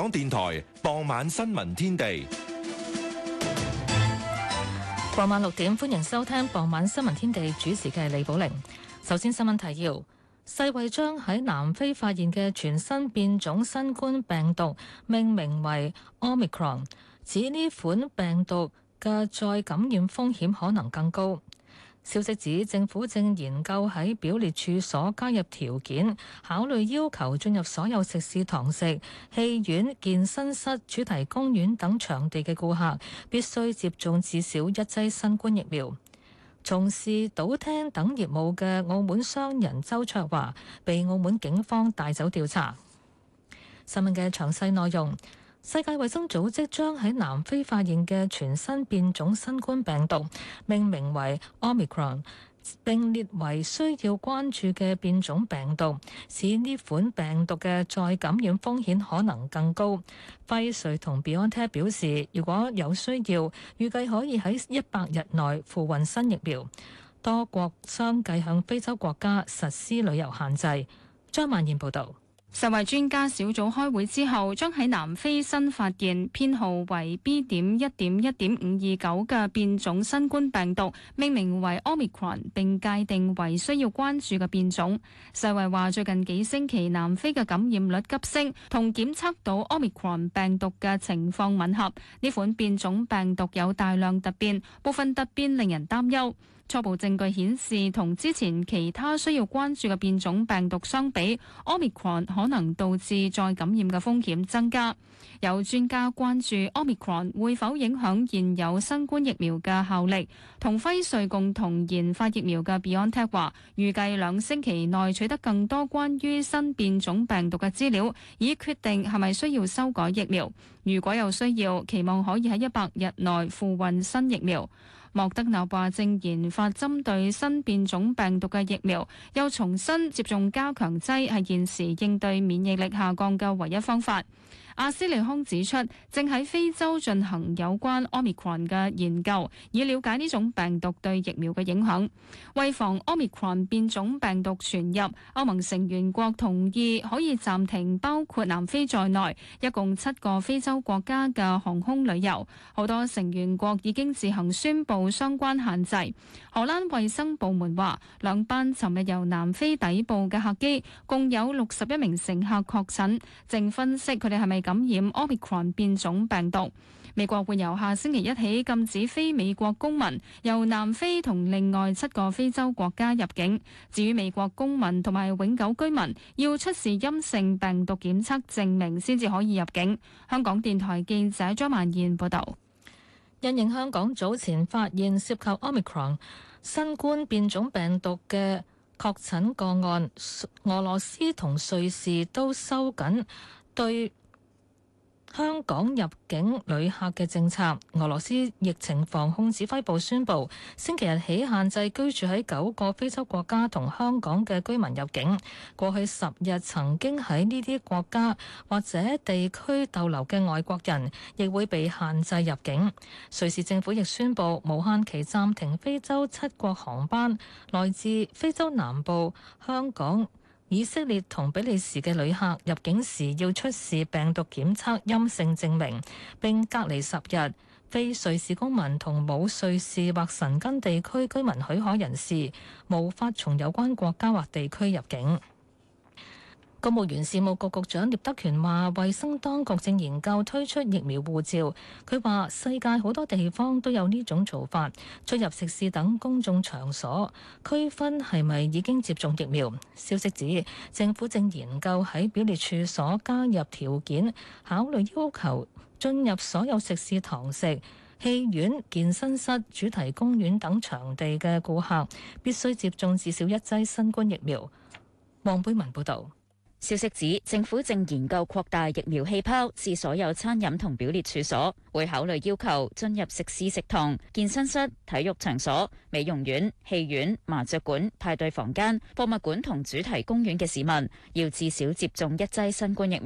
港電台傍晚新聞天地。 傍晚6點，歡迎收聽傍晚新聞天地，主持嘅係李寶玲。首先新聞提要：世衛將喺南非發現嘅全新變種新冠病毒命名為 Omicron， 指呢款病毒嘅再感染風險可能更高。消息指政府正研究喺表列處所加入條件，考慮要求進入所有食肆、堂食、戲院、健身室、主題公園等場地嘅顧客必須接種至少一劑新冠疫苗。從事賭廳等業務嘅澳門商人周卓華被澳門警方帶走調查。新聞嘅詳細內容。世界衛生組織將喺南非發現嘅全新變種新冠病毒命名為 Omicron， 並列為需要關注嘅變種病毒，使呢款病毒嘅再感染風險可能更高。輝瑞同 BioNTech 表示，如果有需要，預計可以喺100日內付運新疫苗。多國相繼向非洲國家實施旅遊限制。張曼燕報導。 世衛專家小組開會之後，將喺南非新發現編號為 B.1.1.529 嘅變種新冠病毒命名為 Omicron， 並界定為需要關注嘅變種。世衛話最近幾星期南非嘅感染率急升，同檢測到 Omicron 病毒嘅情況吻合。呢款變種病毒有大量突變，部分突變令人擔憂。初步證據顯示，同之前其他需要關注嘅變種病毒相比， Omicron 可能導致再感染嘅風險增加。有專家關注 Omicron 會否影響現有新冠疫苗嘅效力。同輝瑞共同研發疫苗嘅 BioNTech 話，預計2星期內取得更多關於新變種病毒嘅資料，以決定係咪需要修改疫苗。如果有需要，期望可以喺100日內付運新疫苗。莫德納話正研發針對新變種病毒嘅疫苗，又重申接種加強劑係現時應對免疫力下降嘅唯一方法。阿斯利康指出，正喺非洲進行有關 Omicron 嘅研究，以了解呢種病毒對疫苗嘅影響。為防 Omicron 變種病毒傳入，歐盟成員國同意可以暫停包括南非在內一共7個非洲國家嘅航空旅遊。好多成員國已經自行宣布相關限制。荷蘭衛生部門話，2班尋日由南非抵埗嘅客機共有61名乘客確診，正分析佢哋係咪感染 Omicron 變種病毒。美國會由下星期一起禁止非美國公民由南非同另外7個非洲國家入境。至於美國公民同埋永久居民，要出示陰性病毒檢測證明先至可以入境。香港電台記者張曼燕報導。 因應香港早前發現涉及 Omicron 新冠變種病毒嘅確診個案，俄羅斯同瑞士都收緊對香港入境旅客嘅政策。俄羅斯疫情防控指揮部宣布，星期日起限制居住喺9個非洲國家同香港嘅居民入境。過去10日曾經喺呢啲國家或者地區逗留嘅外國人，亦會被限制入境。瑞士政府亦宣布無限期暫停非洲7國航班，來自非洲南部、香港、以色列同比利時嘅旅客入境時要出示病毒檢測陰性證明，並隔離10日。非瑞士公民同冇瑞士或申根地區居民許可人士，無法從有關國家或地區入境。公務員事務局局長聶德權話，衛生當局正研究推出疫苗護照。佢話世界好多地方都有呢種做法，出入食肆等公眾場所區分係咪已經接種疫苗。消息指政府正研究喺表列處所加入條件，考慮要求進入所有食肆、堂食、戲院、健身室、主題公園等場地嘅顧客必須接種至少1劑新冠疫苗。黃貝文報導。 消息指，政府正研究擴大疫苗氣泡至所有餐飲同表列處所，會考慮要求進入食肆、食堂、健身室、體育場所、美容院、戲院、麻雀館、派對房間、博物館同主題公園嘅市民，要至少接種1劑新冠疫苗。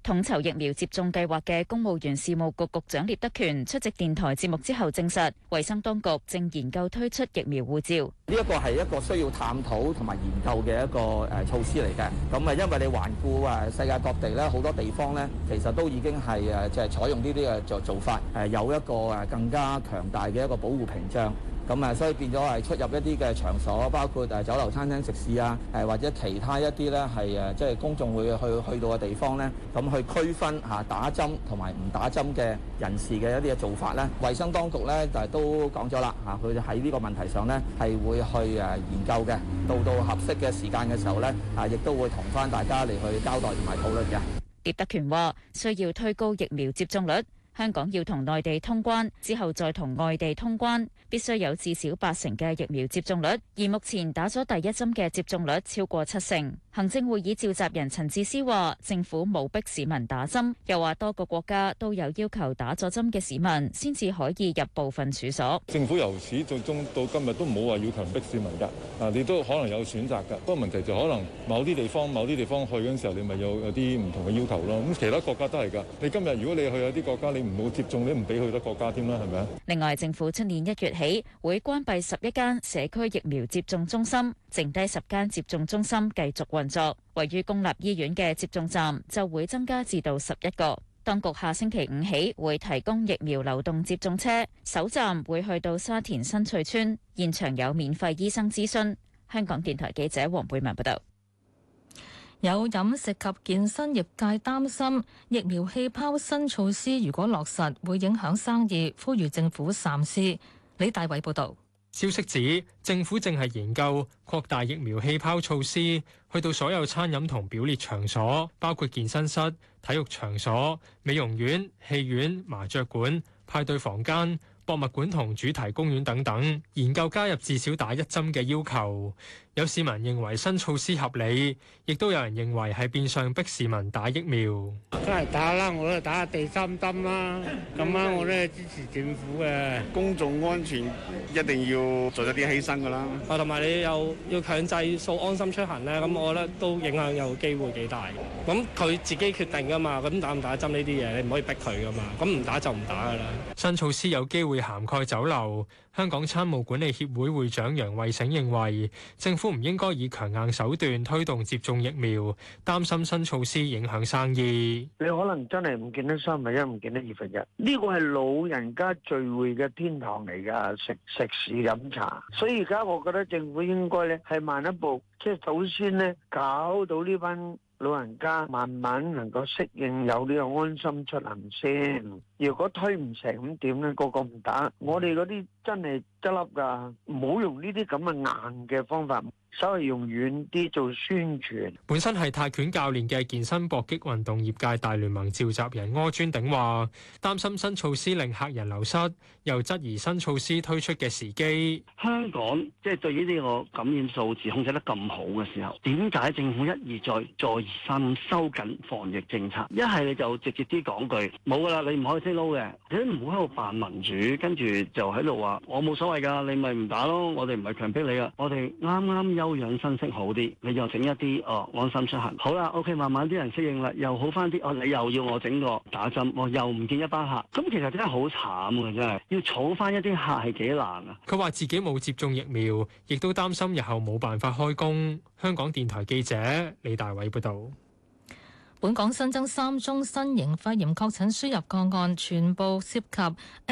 統籌疫苗接種計劃嘅公務員事務局局長聶德權出席電台節目之後證實，衛生當局正研究推出疫苗護照。 呢一個係一個需要探討同埋研究嘅一個措施嚟嘅。咁因為你環顧世界各地咧，好多地方咧，其實都已經係即係採用呢啲嘅做法，有一個更加強大嘅一個保護屏障。咁所以變咗係出入一啲嘅場所，包括酒樓、餐廳、食肆啊，或者其他一啲咧係即係公眾會去到嘅地方咧，咁去區分打針同埋唔打針嘅人士嘅一啲嘅做法咧。衛生當局咧就都講咗啦，佢哋喺呢個問題上咧係會去研究嘅，到合適嘅時間嘅時候咧，亦都會同翻大家嚟去交代同埋討論嘅。 聶德權話：需要推高疫苗接種率。香港要同內地通關之後再同外地通關，必須有至少80%嘅疫苗接種率，而目前打咗第一針嘅接種率超過70%。行政會議召集人陳智思話：政府冇逼市民打針，又話多個國家都有要求打咗針嘅市民先至可以入部分處所。 政府由始至終到今日都冇話要強逼市民㗎，你都可能有選擇㗎。不過問題就可能某啲地方去嗰陣時候，你咪有啲唔同嘅要求咯。咁其他國家都係㗎。你今日如果你去有啲國家，你唔好接種，你唔俾去得國家添啦，係咪啊？ 另外，政府出年1月起會關閉11間社區疫苗接種中心，剩低10間接種中心繼續運作。位於公立醫院嘅接種站就會增加至到11個。當局下星期5起會提供疫苗流動接種車，首站會去到沙田新翠邨，現場有免費醫生諮詢。香港電台記者黃貝文報道。 有飲食及健身業界擔心疫苗氣泡新措施如果落實會影響生意，呼籲政府三思。李大偉報導。 消息指政府正係研究擴大疫苗氣泡措施，去到所有餐飲同表列場所，包括健身室、體育場所、美容院、戲院、麻雀館、派對房間、博物館同主題公園等等，研究加入至少打1針嘅要求。有市民認為新措施合理，亦都有人認為係變相逼市民打疫苗。 梗係打啦，我都打下第3針啦。咁啱我都係支持政府嘅。 公眾安全一定要做一啲犧牲㗎啦。 同埋你又要強制掃安心出行咧，咁我覺得都影響有機會幾大。咁佢自己決定㗎嘛，咁打唔打針呢啲嘢，你唔可以逼佢㗎嘛。咁唔打就唔打㗎啦。 新措施有機會涵蓋酒樓。香港餐務管理協會會長楊慧醒認為，政府唔應該以強硬手段推動接種疫苗，擔心新措施影響生意。 你可能真係唔見得1/3，唔見得1/2。呢個係老人家聚會嘅天堂嚟㗎，食肆飲茶。所以而家我覺得政府應該咧係慢一步，即係首先咧搞到呢班老人家慢慢能夠適應有呢個安心出行先。如果推唔成咁點咧？個個唔打，我哋嗰啲真係執笠㗎。唔好用呢啲咁嘅硬嘅方法，稍微用軟啲做宣傳。 本身係泰拳教練嘅健身搏擊運動業界大聯盟召集人柯尊鼎話，擔心新措施令客人流失，又質疑新措施推出嘅時機。 香港即係對於呢個感染數字控制得咁好嘅時候，點解政府一而再三收緊防疫政策？一係你就直接啲講句冇㗎啦，你唔可以say no嘅，你都唔好喺度扮民主，跟住就喺度話我冇所謂㗎，你咪唔打咯，我哋唔係強迫你㗎，我哋啱啱休養生息好啲，你又整一啲安心出行，好啦 ，OK， 慢慢啲人適應啦，又好翻啲，你又要我整個打針，我又唔見一班客，咁其實真係好慘㗎，真係要儲翻一啲客係幾難啊！ 佢話自己冇接種疫苗，亦都擔心日後冇辦法開工。香港電台記者李大偉報導。 本港新增3宗新型肺炎確診輸入個案，全部涉及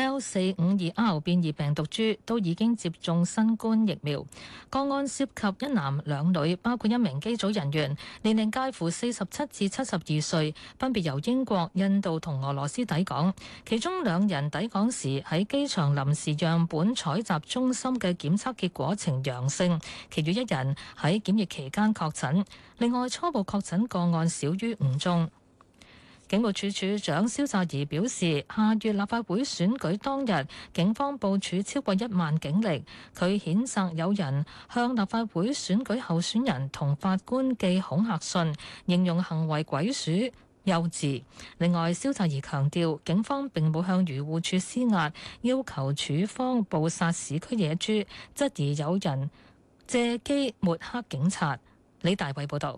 L452R 變異病毒株，都已經接種新冠疫苗。個案涉及1男2女，包括1名機組人員，年齡介乎47至72歲，分別由英國、印度同俄羅斯抵港。其中2人抵港時喺機場臨時樣本採集中心嘅檢測結果呈陽性，其餘1人喺檢疫期間確診。另外，初步確診個案少於5宗。警務處處長蕭澤頤表示，下月立法會選舉當日，警方部署超過1萬警力。佢譴責有人向立法會選舉候選人同法官寄恐嚇信，形容行為鬼鼠幼稚。另外，蕭澤頤強調，警方並冇向漁護署施壓，要求處方捕殺市區野豬，質疑有人借機抹黑警察。李大偉報導。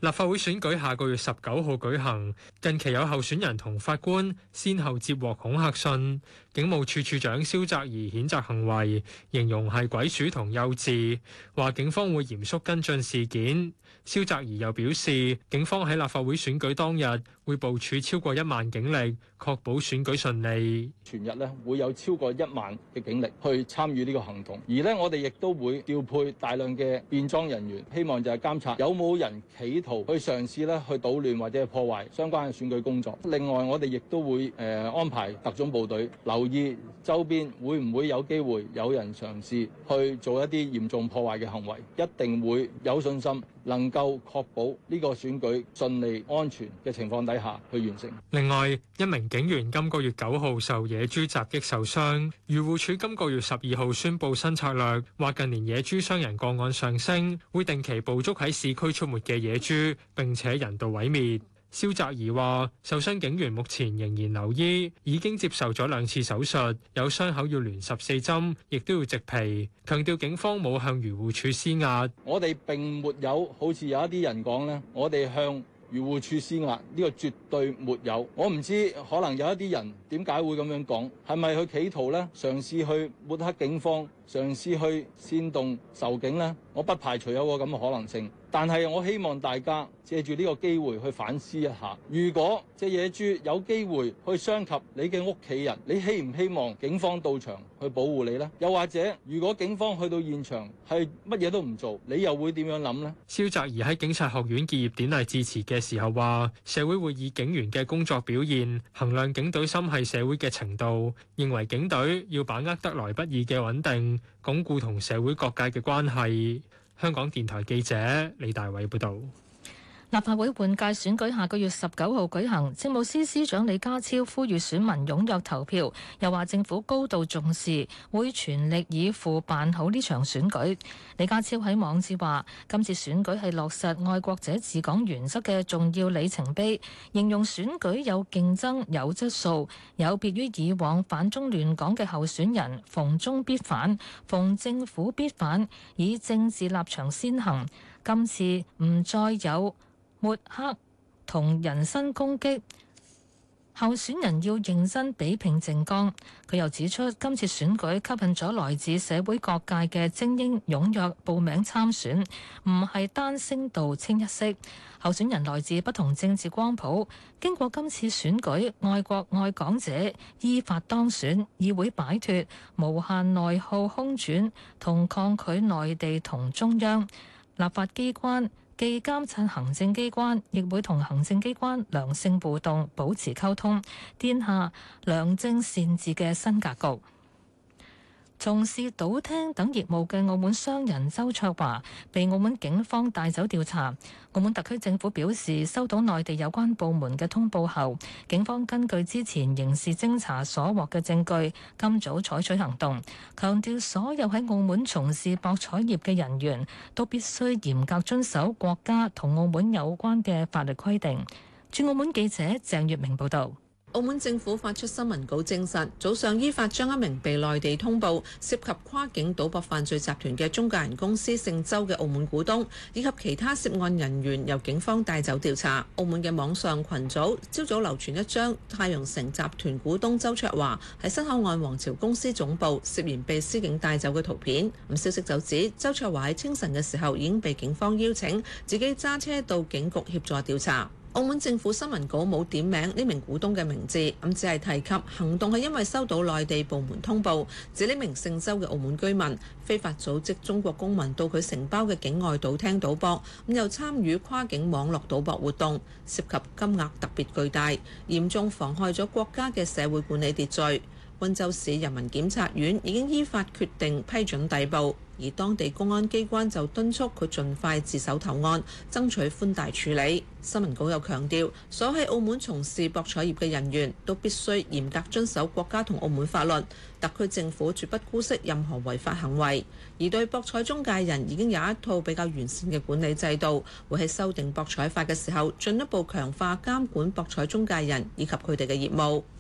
立法會選舉下個月19號舉行，近期有候選人同法官先後接獲恐嚇信，警務處處長蕭澤頤譴責行為，形容係鬼鼠同幼稚，話警方會嚴肅跟進事件。蕭澤頤又表示，警方喺立法會選舉當日會部署超過1萬警力，確保選舉順利。 全日咧會有超過1萬嘅警力去參與呢個行動，而呢，我哋亦都會調配大量嘅便裝人員，希望就係監察有冇人企圖去嘗試咧去搗亂或者破壞相關嘅選舉工作。另外，我哋亦都會安排特種部隊留意周邊會唔會有機會有人嘗試去做一啲嚴重破壞嘅行為，一定會有信心能夠確保呢個選舉順利安全嘅情況底下去完成。 另外，一名警員今個月9號受野豬襲擊受傷，漁護署今個月12號宣布新策略，話近年野豬傷人個案上升，會定期捕捉喺市區出沒嘅野豬，並且人道毀滅。蕭澤頤話：受傷警員目前仍然留醫，已經接受咗2次手術，有傷口要連14針，亦都要植皮。強調警方冇向漁護署施壓。 我哋並沒有好似有一啲人講呢，我哋向漁護署施壓，呢個絕對沒有。我唔知可能有一啲人點解會咁樣講，係咪去企圖呢？嘗試去抹黑警方，嘗試去煽動仇警呢？我不排除有個咁嘅可能性。但係我希望大家借住呢個機會去反思一下，如果隻野豬有機會去傷及你嘅屋企人，你希唔希望警方到場去保護你呢？又或者如果警方去到現場係乜嘢都唔做，你又會點樣諗呢？ 蕭澤頤喺警察學院結業典禮致辭嘅時候話，社會會以警員嘅工作表現衡量警隊心繫社會嘅程度，認為警隊要把握得來不易嘅穩定，鞏固同社會各界嘅關係。香港電台記者李大偉報導。 立法會換屆選舉下個月19號舉行，政務司司長李家超呼籲選民踴躍投票，又話政府高度重視，會全力以赴辦好呢場選舉。李家超喺網誌話：今次選舉係落實愛國者治港原則嘅重要里程碑，形容選舉有競爭、有質素，有別於以往反中亂港嘅候選人逢中必反、逢政府必反，以政治立場先行。今次唔再有抹黑同人身攻擊，候選人要認真比拼政綱。佢又指出，今次選舉吸引咗來自社會各界嘅精英踴躍報名參選，唔係單聲道清一色。候選人來自不同政治光譜，經過今次選舉，愛國愛港者依法當選，議會擺脫無限內耗空轉同抗拒內地同中央。立法機關既監察行政機關，亦會同行政機關良性互動，保持溝通，奠下良政善治嘅新格局。從事賭廳等業務嘅澳門商人周卓華被澳門警方帶走調查。澳門特區政府表示，收到內地有關部門嘅通報後，警方根據之前刑事偵查所獲嘅證據，今早採取行動，強調所有喺澳門從事博彩業嘅人員都必須嚴格遵守國家同澳門有關嘅法律規定。駐澳門記者鄭月明報導。 澳門政府發出新聞稿證實，早上依法將一名被內地通報涉及跨境賭博犯罪集團嘅中介人公司姓周嘅澳門股東，以及其他涉案人員由警方帶走調查。澳門嘅網上群組朝早流傳一張太陽城集團股東周卓華喺新口岸皇朝公司總部涉嫌被司警帶走嘅圖片。消息就指，周卓華喺清晨嘅時候已經被警方邀請，自己揸車到警局協助調查。澳門政府新聞稿冇點名呢名股東嘅名字，只係提及行動係因為收到內地部門通報，指呢名姓周嘅澳門居民非法組織中國公民到佢承包嘅境外賭廳賭博，又參與跨境網絡賭博活動，涉及金額特別巨大，嚴重妨害咗國家嘅社會管理秩序。溫州市人民檢察院已經依法決定批准逮捕，而當地公安機關就敦促佢盡快自首投案，爭取寬大處理。新聞稿又強調，所喺澳門從事博彩業嘅人員都必須嚴格遵守國家同澳門法律，特區政府絕不姑息任何違法行為。而對博彩中介人已經有一套比較完善嘅管理制度，會喺修訂博彩法嘅時候進一步強化監管博彩中介人以及佢哋嘅業務。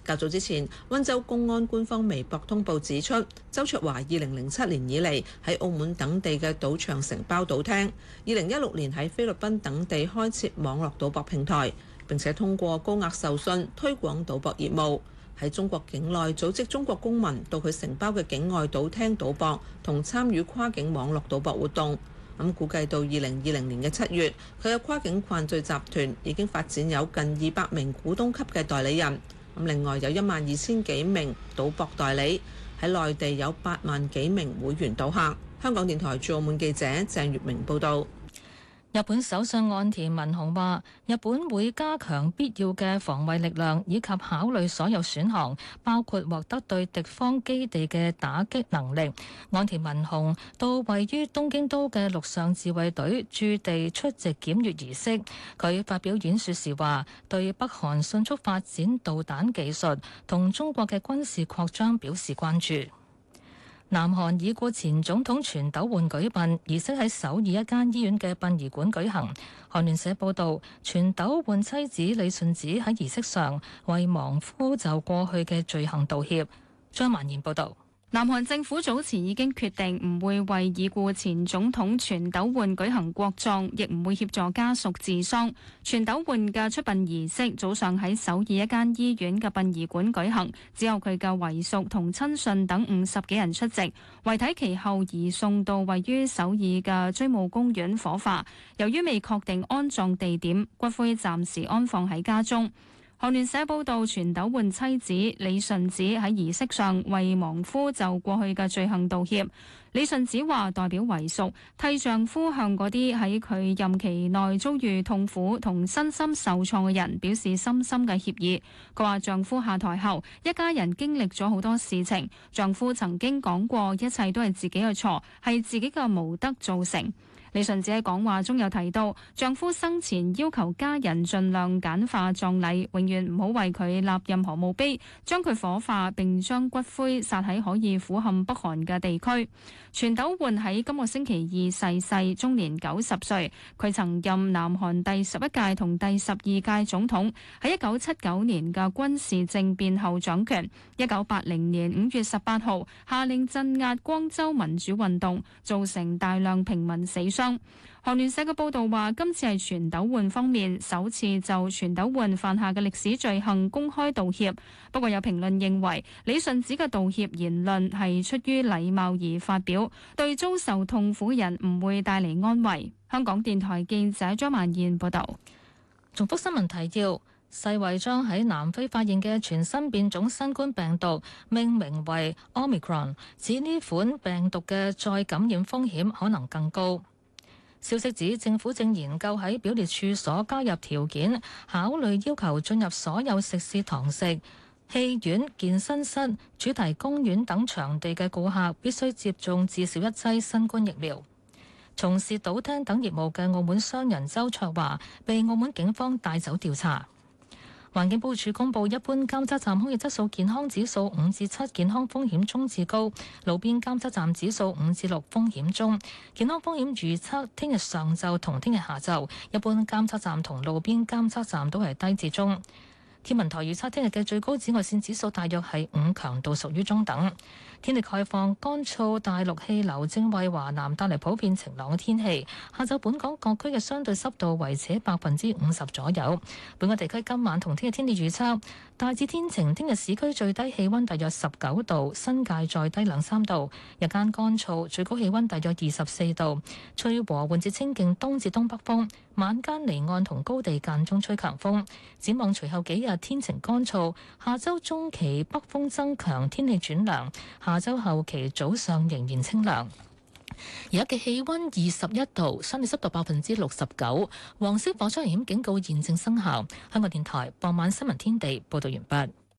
較早之前，溫州公安官方微博通報指出，周焯華2007年以嚟喺澳門等地嘅賭場承包賭廳，2016年喺菲律賓等地開設網絡賭博平台，並且通過高額授信推廣賭博業務，喺中國境內組織中國公民到佢承包嘅境外賭廳賭博同參與跨境網絡賭博活動。咁估計到2020年嘅7月，佢嘅跨境犯罪集團已經發展有近200名股東級嘅代理人。另外有12000幾名賭博代理，喺內地有8萬幾名會員賭客。香港電台駐澳門記者鄭月明報導。 日本首相岸田文雄話：日本會加強必要嘅防衛力量，以及考慮所有選項，包括獲得對敵方基地嘅打擊能力。岸田文雄到位於東京都嘅陸上自衛隊駐地出席檢閱儀式。佢發表演說時話：對北韓迅速發展導彈技術同中國嘅軍事擴張表示關注。南韓已故前總統全斗煥舉殯儀式喺首爾一間醫院嘅殯儀館舉行。韓聯社報道，全斗煥妻子李順子喺儀式上為亡夫就過去嘅罪行道歉。張曼燕報道。 南韓政府早前已經決定唔會為已故前總統全斗煥舉行國葬，亦唔會協助家屬治喪。全斗煥嘅出殯儀式早上喺首爾一間醫院嘅殯儀館舉行，只有佢嘅遺屬同親信等50幾人出席。遺體其後移送到位於首爾嘅追慕公園火化。由於未確定安葬地點，骨灰暫時安放喺家中。韓聯社報道，全斗煥妻子李順子喺儀式上為亡夫就過去嘅罪行道歉。李順子話：代表遺屬替丈夫向嗰啲喺佢任期內遭遇痛苦同身心受創嘅人表示深深嘅歉意。佢話丈夫下台後，一家人經歷咗好多事情，丈夫曾經講過一切都係自己嘅錯，係自己嘅無德造成。李順子喺講話中有提到，丈夫生前要求家人盡量簡化葬禮，永遠唔好為佢立任何墓碑，將佢火化並將骨灰撒喺可以俯瞰北韓嘅地區。全斗煥喺今個星期二逝世，終年90歲。佢曾任南韓第11屆同第12屆總統，喺1979年嘅軍事政變後掌權。1980年5月18號下令鎮壓光州民主運動，造成大量平民死傷。韓聯社嘅報道話，今次係全斗煥方面首次就全斗煥犯下嘅歷史罪行公開道歉。不過有評論認為，李順子嘅道歉言論係出於禮貌而發表，對遭受痛苦人唔會帶嚟安慰。香港電台記者張曼燕報道。 重複新聞提要：世衛將喺南非發現嘅全新變種新冠病毒命名為 Omicron， 指呢款病毒嘅再感染風險可能更高。消息指，政府正研究喺表列處所加入條件，考慮要求進入所有食肆、堂食、戲院、健身室、主題公園等場地嘅顧客必須接種至少1劑新冠疫苗。從事賭廳等業務嘅澳門商人周焯華被澳門警方帶走調查。環境保護署公布，一般監測站空氣質素健康指數5至7，健康風險中至高；路邊監測站指數5至6，風險中。健康風險預測，聽日上晝同聽日下晝，一般監測站同路邊監測站都係低至中。天文台預測，聽日嘅最高紫外線指數大約係5，強度屬於中等。天氣概況，乾燥大陸氣流正為華南帶嚟普遍晴朗嘅天氣。下晝本港各區嘅相對濕度維持喺50%左右。本港地區今晚同聽日天氣預測大致天晴，聽日市區最低氣溫大約19度，新界再低2-3度。日間乾燥，最高氣溫大約24度，吹和緩至清勁東至東北風。晚間離岸同高地間中吹強風。展望隨後幾日天晴乾燥，下周中期北風增強，天氣轉涼。下周後期早上仍然清涼。而家嘅氣溫21度，相對濕度69%，黃色火災危險警告現正生效。香港電台傍晚新聞天地報道完畢。